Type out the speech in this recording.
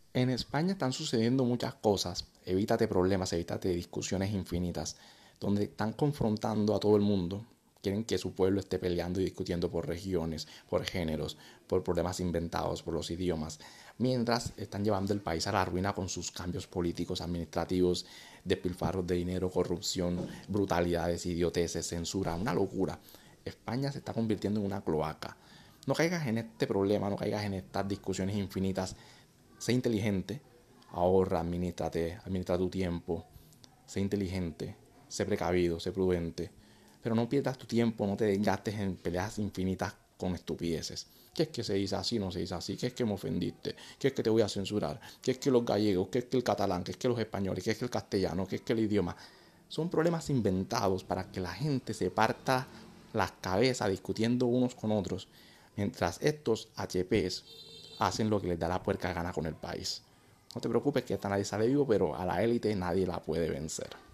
En España están sucediendo muchas cosas. Evítate problemas, evítate discusiones infinitas, donde están confrontando a todo el mundo. Quieren que su pueblo esté peleando y discutiendo por regiones, por géneros, por problemas inventados, por los idiomas, mientras están llevando el país a la ruina con sus cambios políticos, administrativos, despilfarros de dinero, corrupción, brutalidades, idioteces, censura, una locura. España se está convirtiendo en una cloaca. No caigas en este problema, no caigas en estas discusiones infinitas. Sé inteligente, ahorra, administra tu tiempo, sé inteligente, sé precavido, sé prudente, pero no pierdas tu tiempo, no te desgastes en peleas infinitas con estupideces. ¿Qué es que se dice así? No se dice así. ¿Qué es que me ofendiste? ¿Qué es que te voy a censurar? ¿Qué es que los gallegos? ¿Qué es que el catalán? ¿Qué es que los españoles? ¿Qué es que el castellano? ¿Qué es que el idioma? Son problemas inventados para que la gente se parta las cabezas discutiendo unos con otros, mientras estos HPs hacen lo que les da la puerca gana con el país. No te preocupes que esta nadie sale vivo, pero a la élite nadie la puede vencer.